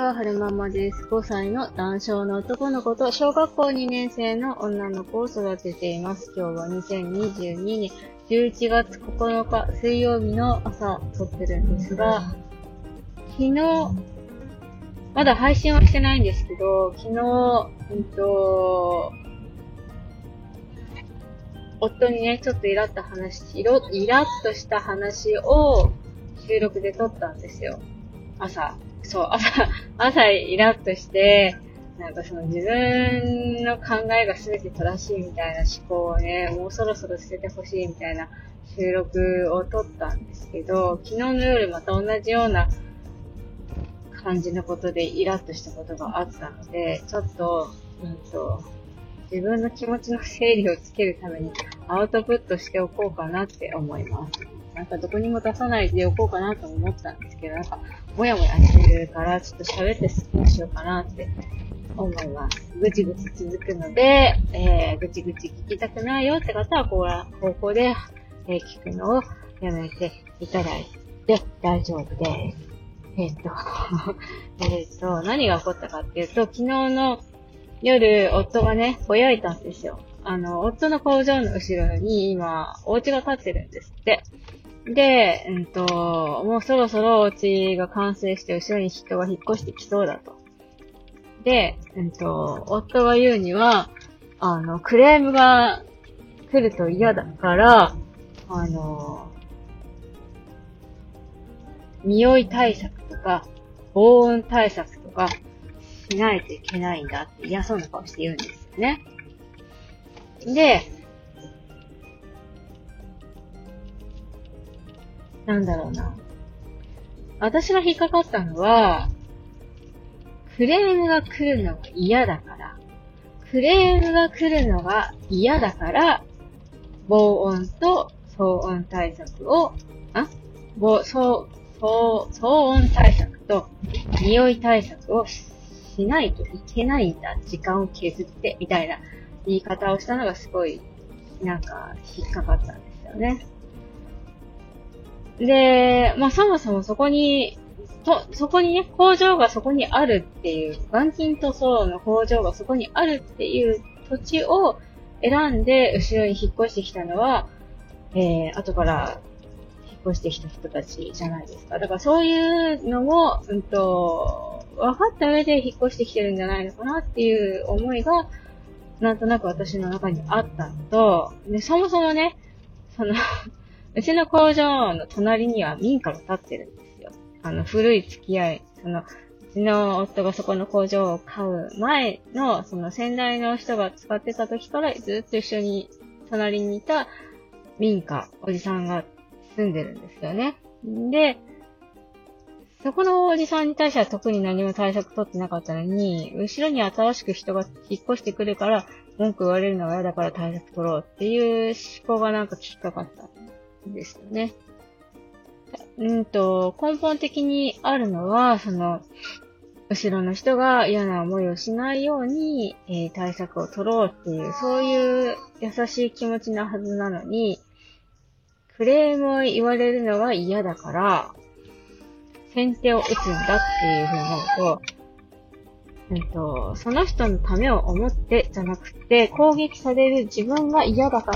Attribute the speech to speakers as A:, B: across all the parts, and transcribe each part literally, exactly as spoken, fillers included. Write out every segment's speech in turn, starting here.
A: は、はるままです。ごさいの男性の男の子と小学校にねん生の女の子を育てています。今日はにせんにじゅうにねんじゅういちがつここのか水曜日の朝撮ってるんですが、昨日、まだ配信はしてないんですけど、昨日、うんと、夫にね、ちょっとイラッと話、イラッとした話を収録で撮ったんですよ。朝。そう、朝、朝イラッとして、なんかその自分の考えが全て正しいみたいな思考をね、もうそろそろ捨ててほしいみたいな収録を撮ったんですけど、昨日の夜また同じような感じのことでイラッとしたことがあったので、ちょっと、うんと、自分の気持ちの整理をつけるためにアウトプットしておこうかなって思います。なんかどこにも出さないでおこうかなと思ったんですけど、なんかもやもやしてるからちょっと喋ってスッキリしようかなって思います。ぐちぐち続くので、えー、ぐちぐち聞きたくないよって方はこう方向で、えー、聞くのをやめていただいて大丈夫です。えっと、えっと、何が起こったかっていうと、昨日の夜、夫がね、ぼやいたんですよ。あの、夫の工場の後ろに今、お家が建ってるんですって。で、うんと、もうそろそろお家が完成して後ろに人が引っ越してきそうだと。で、うんと、夫が言うには、あの、クレームが来ると嫌だから、あの、匂い対策とか、防音対策とか、しないといけないんだって嫌そうな顔して言うんですよね。で、なんだろうな。私が引っかかったのは、クレームが来るのが嫌だから、クレームが来るのが嫌だから、防音と騒音対策を、あ防、騒、騒、騒音対策と匂い対策をししないといけないんだ。時間を削って、みたいな言い方をしたのがすごい、なんか、引っかかったんですよね。で、まあそもそもそこに、と、そこにね、工場がそこにあるっていう、板金塗装の工場がそこにあるっていう土地を選んで後ろに引っ越してきたのは、えー、後から引っ越してきた人たちじゃないですか。だからそういうのも、うんと、分かった上で引っ越してきてるんじゃないのかなっていう思いが、なんとなく私の中にあったのと、で、そもそもね、その、うちの工場の隣には民家が建ってるんですよ。あの、古い付き合い、その、うちの夫がそこの工場を買う前の、その先代の人が使ってた時からずっと一緒に隣にいた民家、おじさんが住んでるんですよね。で、そこのおじさんに対しては特に何も対策取ってなかったのに、後ろに新しく人が引っ越してくるから、文句言われるのが嫌だから対策取ろうっていう思考がなんかきっかかったんですよね。うんと、根本的にあるのは、その、後ろの人が嫌な思いをしないように、えー、対策を取ろうっていう、そういう優しい気持ちなはずなのに、クレームを言われるのが嫌だから、先手を打つんだっていうふうになると、うんと、その人のためを思ってじゃなくて、攻撃される自分が嫌だから、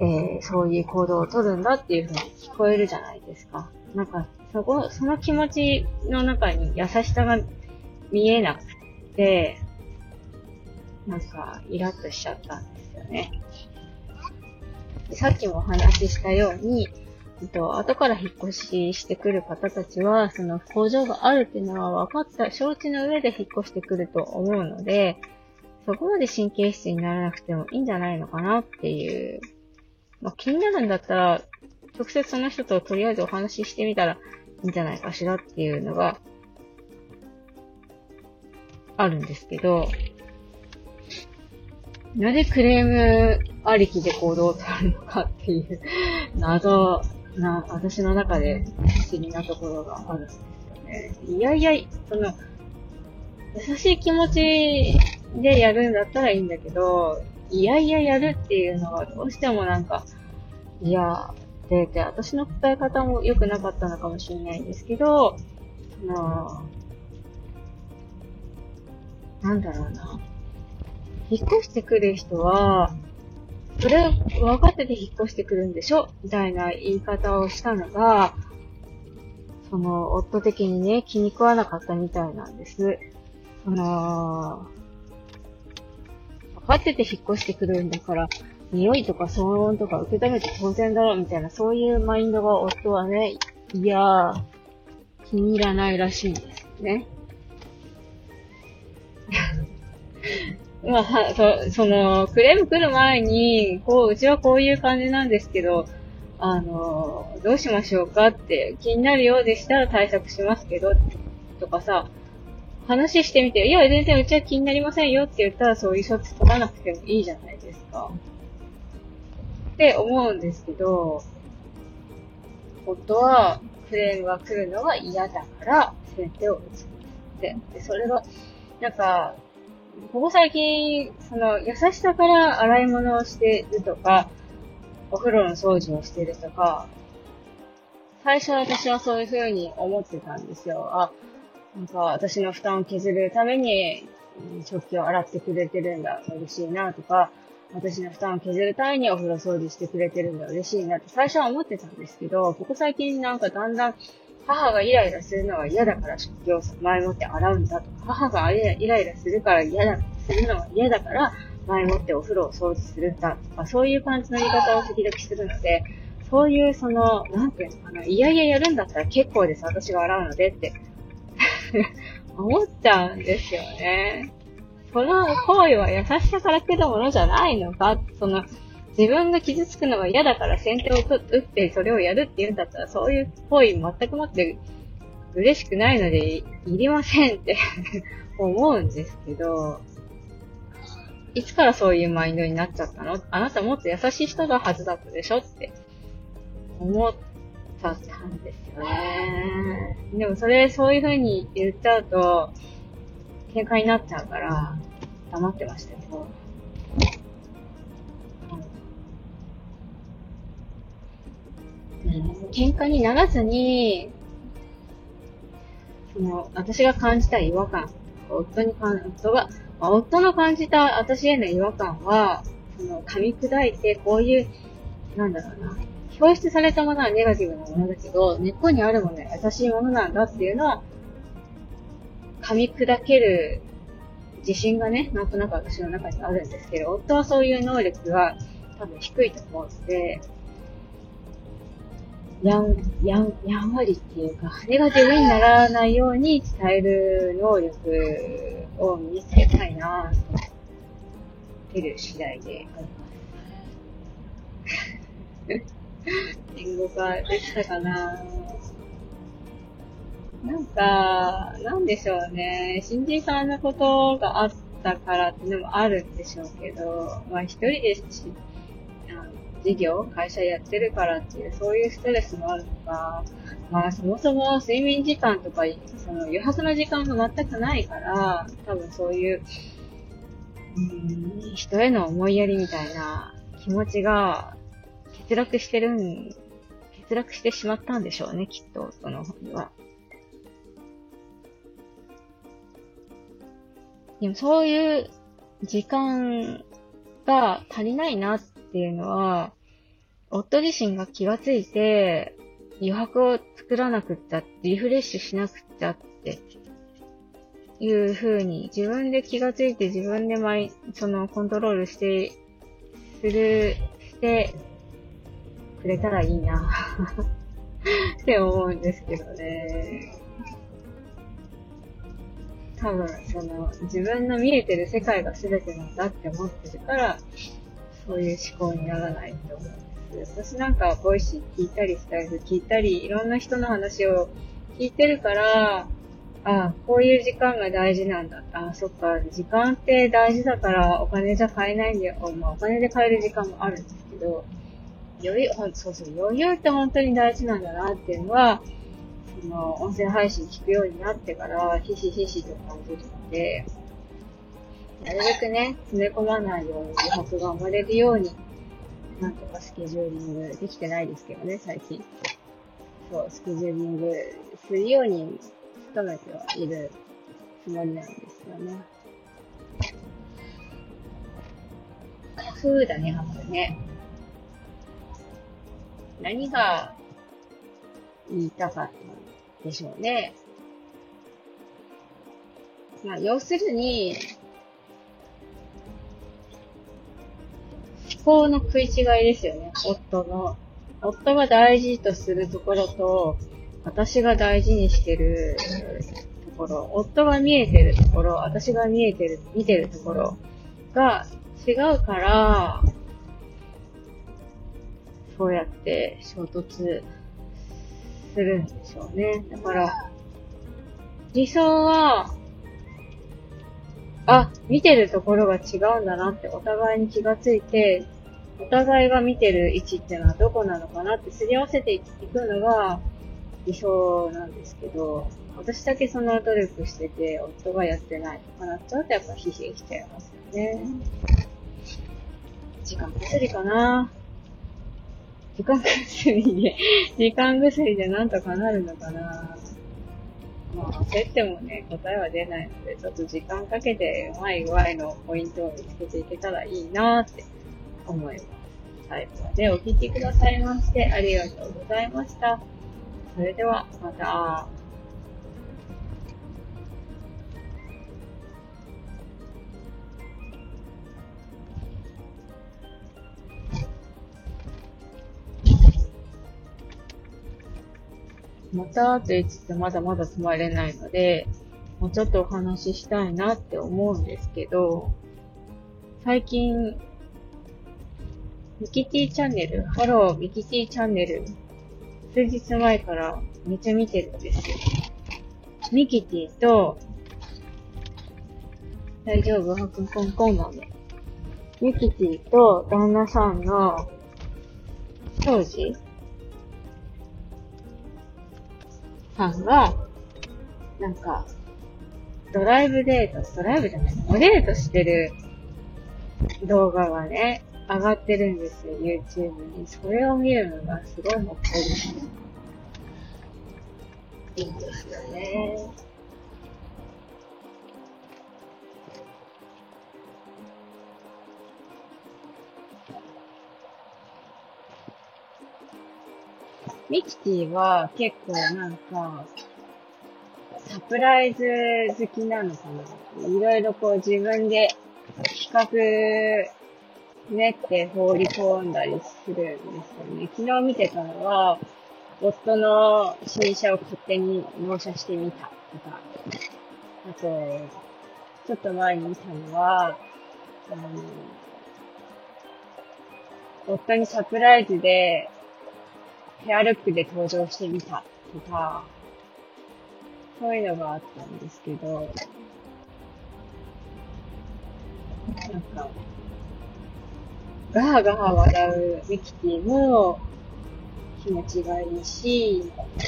A: えー、そういう行動を取るんだっていうふうに聞こえるじゃないですか。なんか、そこ、その気持ちの中に優しさが見えなくて、なんか、イラッとしちゃったんですよね。さっきもお話ししたように、後から引っ越ししてくる方たちは、その工場があるっていうのは分かった、承知の上で引っ越してくると思うので、そこまで神経質にならなくてもいいんじゃないのかなっていう。まあ、気になるんだったら、直接その人ととりあえずお話ししてみたらいいんじゃないかしらっていうのがあるんですけど、なぜクレームありきで行動を取るのかっていう謎な、私の中で不思議なところがあるんですよね。いやいや、その、優しい気持ちでやるんだったらいいんだけど、いやいややるっていうのはどうしてもなんか、いや、で、で、私の伝え方も良くなかったのかもしれないんですけど、その、 なんだろうな。引っ越してくる人は、それ分かってて引っ越してくるんでしょみたいな言い方をしたのが、その、夫的にね、気に食わなかったみたいなんです。その、分かってて引っ越してくるんだから、匂いとか騒音とか受け止めて当然だろうみたいな、そういうマインドが夫はね、いやー、気に入らないらしいんですよね。まあ、そ、その、クレーム来る前に、こう、うちはこういう感じなんですけど、あの、どうしましょうかって気になるようでしたら対策しますけど、とかさ、話してみて、いや、全然うちは気になりませんよって言ったらそういう処置取らなくてもいいじゃないですか。って思うんですけど、夫はクレームが来るのが嫌だから先手を打つんです。で、それが、なんか、ここ最近、その、優しさから洗い物をしてるとか、お風呂の掃除をしてるとか、最初私はそういう風に思ってたんですよ。あ、なんか私の負担を削るために食器を洗ってくれてるんだ、嬉しいなとか、私の負担を削るためにお風呂掃除してくれてるんだ、嬉しいなって最初は思ってたんですけど、ここ最近なんかだんだん母がイライラするのが嫌だから食器を前もって洗うんだとか、母がイライラするから嫌だ、するのが嫌だから前もってお風呂を掃除するんだとか、そういう感じの言い方を時々するので、そういうその、なんていうのかな、いやいややるんだったら結構です、私が洗うのでって思っちゃうんですよね。その行為は優しさから来るものじゃないのか、その、自分が傷つくのが嫌だから先手を打ってそれをやるって言うんだったら、そういう行為全くもって嬉しくないのでいりませんって思うんですけど、いつからそういうマインドになっちゃったの？あなたもっと優しい人がはずだったでしょって思っちゃったんですよね。でもそれ、そういう風に言っちゃうと、喧嘩になっちゃうから、黙ってましたけど。うん、喧嘩にならずに、その、私が感じた違和感、夫にかん、夫が、まあ、夫の感じた私への違和感は、その、噛み砕いて、こういう、なんだろうな、表出されたものはネガティブなものだけど、根っこにあるものは優しいものなんだっていうのは、噛み砕ける自信がね、なんとなく私の中にあるんですけど、夫はそういう能力が多分低いと思うので、やん、やん、やんわりっていうか、ネガティブにならないように伝える能力を身につけたいなぁと思ってる次第であります。言語化できたかなぁ。なんか、なんでしょうね。新人さんのことがあったからっていうのもあるんでしょうけど、まあ一人でし、事業、会社やってるからっていう、そういうストレスもあるのか、まあそもそも睡眠時間とか、その余白の時間が全くないから、多分そういう、うーん、人への思いやりみたいな気持ちが欠落してるん、欠落してしまったんでしょうね、きっと、その本には。でもそういう時間が足りないなっていうのは、夫自身が気がついて、余白を作らなくっちゃ、リフレッシュしなくっちゃっていう風に自分で気がついて自分でマイ、そのコントロールして、する、してくれたらいいなって思うんですけどね。多分、その、自分の見えてる世界が全てなんだって思ってるから、そういう思考にならないと思うんです。私なんか、ボイシー聞いたり、スタイル聞いたり、いろんな人の話を聞いてるから、あ、こういう時間が大事なんだ。あ、そっか、時間って大事だからお金じゃ買えないんだよ。まあ、お金で買える時間もあるんですけど、余裕、そうそう、余裕って本当に大事なんだなっていうのは、その、音声配信聞くようになってから、ひしひしと感じるので、なるべくね、詰め込まないように余白が生まれるように、なんとかスケジューリングできてないですけどね、最近。そう、スケジューリングするように努めてはいるつもりなんですよね。 花風だね、ハマるね。何が言いたかったんでしょうね。まあ、要するに、思考の食い違いですよね、夫の。夫が大事とするところと、私が大事にしてるところ、夫が見えてるところ、私が見えてる、見てるところが違うから、そうやって衝突するんでしょうね。だから、理想は、あ、見てるところが違うんだなってお互いに気がついて、お互いが見てる位置っていうのはどこなのかなってすり合わせていくのが理想なんですけど、私だけその努力してて、夫がやってないとかなっちゃうとやっぱ疲弊しちゃいますよね。時間薬かな。時間薬で、時間薬でなんとかなるのかな。まあ、焦ってもね、答えは出ないので、ちょっと時間かけて、うまい具合のポイントを見つけていけたらいいなーって思います。最後までお聞きくださいましてありがとうございました。それでは、また。またと言いつつまだまだ止まれないので、もうちょっとお話ししたいなって思うんですけど、最近、ミキティチャンネル、ハローミキティチャンネル、数日前からめっちゃ見てるんですよ。ミキティと、大丈夫はくんこんこん豆。ミキティと旦那さんの、庄司さんが、なんか、ドライブデート、ドライブじゃない、おデートしてる動画がね、上がってるんですよ、YouTube に。それを見るのがすごいほっこりいいんですよね。ミキティは結構なんか、サプライズ好きなのかな。いろいろこう自分で企画練って放り込んだりするんですよね。昨日見てたのは、夫の新車を勝手に納車してみたとか、あと、ちょっと前に見たのは、あの、夫にサプライズでヘアルックで登場してみたとか、そういうのがあったんですけど、なんか、ガハガハ笑うミキティも気持ちがいいし、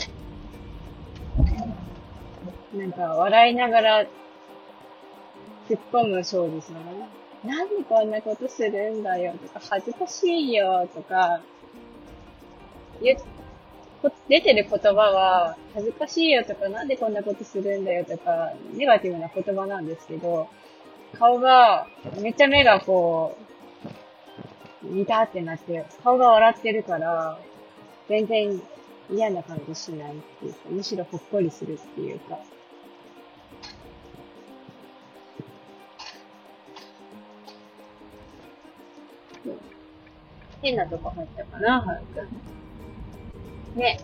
A: なんか笑いながら突っ込む庄司さん。なんでこんなことするんだよとか、恥ずかしいよとか、言出てる言葉は、恥ずかしいよとか、なんでこんなことするんだよとか、ネガティブな言葉なんですけど、顔が、めっちゃ目がこう、ニタってなって、顔が笑ってるから、全然嫌な感じしないっていうか、むしろほっこりするっていうか。変なとこ入ったかな、はるくん。ね。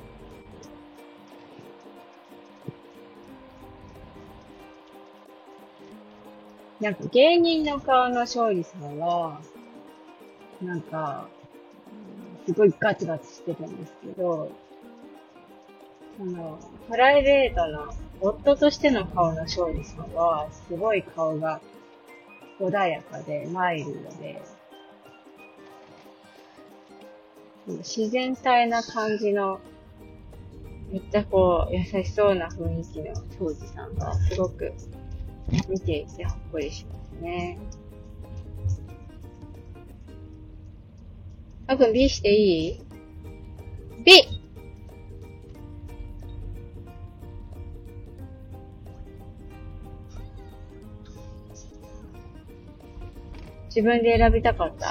A: なんか芸人の顔の勝利さんは、なんか、すごいガツガツしてるんですけど、その、プライベートの夫としての顔の勝利さんは、すごい顔が穏やかで、マイルドで、自然体な感じの、めっちゃこう、優しそうな雰囲気の庄司さんが、すごく見ていてほっこりしますね。あくん B していい？ B！ 自分で選びたかった？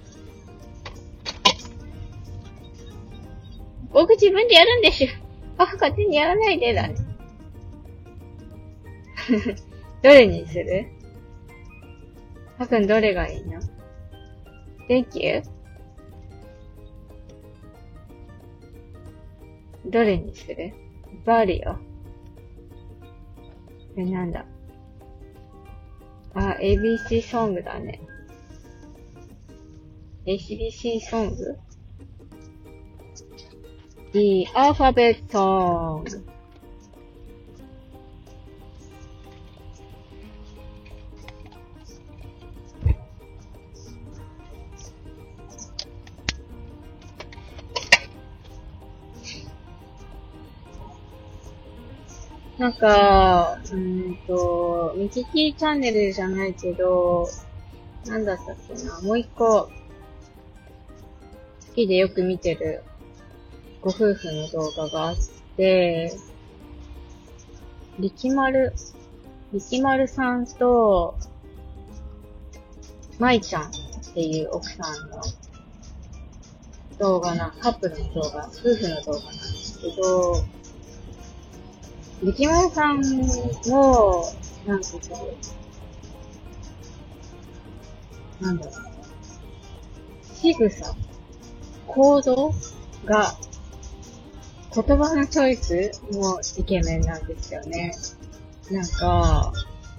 A: 僕自分でやるんですよ。あ、勝手にやらないでだね。どれにする？はくんどれがいいの？ Thank you? どれにする？バリオ。え、なんだ？あ、エービーシー ソングだね。エービーシー ソング？ The Alphabet Song。なんか、うーんと、ミキキーチャンネルじゃないけど、なんだったっけな、もう一個、好きでよく見てるご夫婦の動画があって、力丸、力丸さんと、舞ちゃんっていう奥さんの動画な、カップルの動画、夫婦の動画なんですけど、力丸さんも、なんかこう、なんだろう、仕草、行動が、言葉のチョイスもイケメンなんですよね。なんか、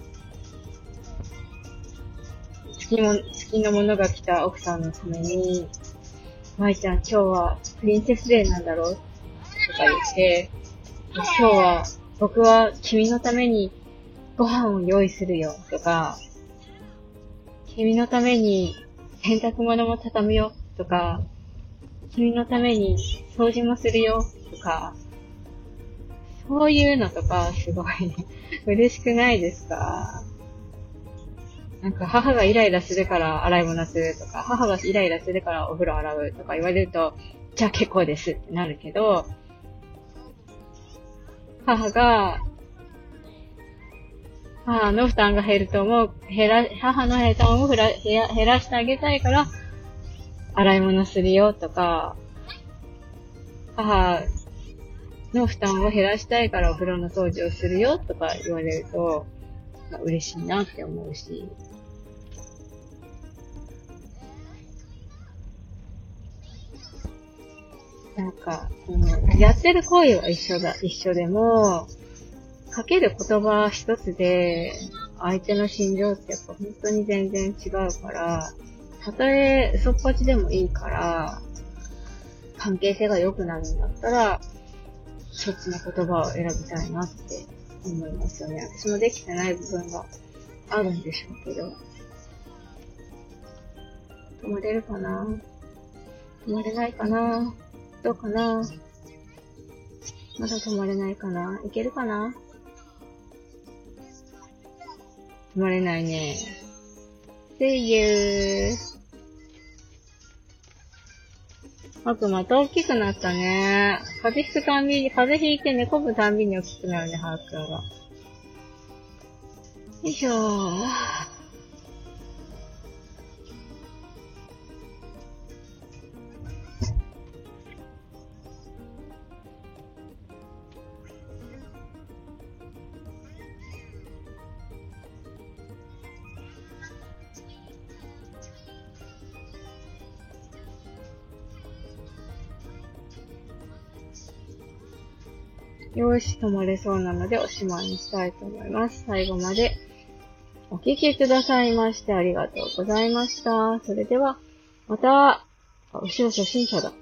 A: 好きも、好きなものが来た奥さんのために、舞ちゃん今日はプリンセスデーなんだろうとか言って、今日は僕は君のためにご飯を用意するよとか、君のために洗濯物も畳むよとか、君のために掃除もするよとか、そういうのとかすごい嬉しくないですか？なんか母がイライラするから洗い物するとか、母がイライラするからお風呂洗うとか言われると、じゃあ結構ですってなるけど、母が、母の負担が減ると思う、減ら、母の負担を減ら、減らしてあげたいから、洗い物するよとか、母の負担を減らしたいからお風呂の掃除をするよとか言われると、まあ、嬉しいなって思うし、なんか、うん、やってる行為は一緒だ、一緒でも、かける言葉一つで、相手の心情ってやっぱ本当に全然違うから、たとえ嘘っぱちでもいいから、関係性が良くなるんだったら、そっちの言葉を選びたいなって思いますよね。私もできてない部分があるんでしょうけど。止まれるかな？止まれないかな？どうかな？まだ止まれないかな？いけるかな？止まれないね。See you! あとまた大きくなったね。風邪ひくたんびに、風邪ひいて寝込むたんびに大きくなるね、ハーくんが。よいしょー。よーし、止まれそうなのでおしまいにしたいと思います。最後までお聞きくださいましてありがとうございました。それでは、また、あ、後ろ初心者だ。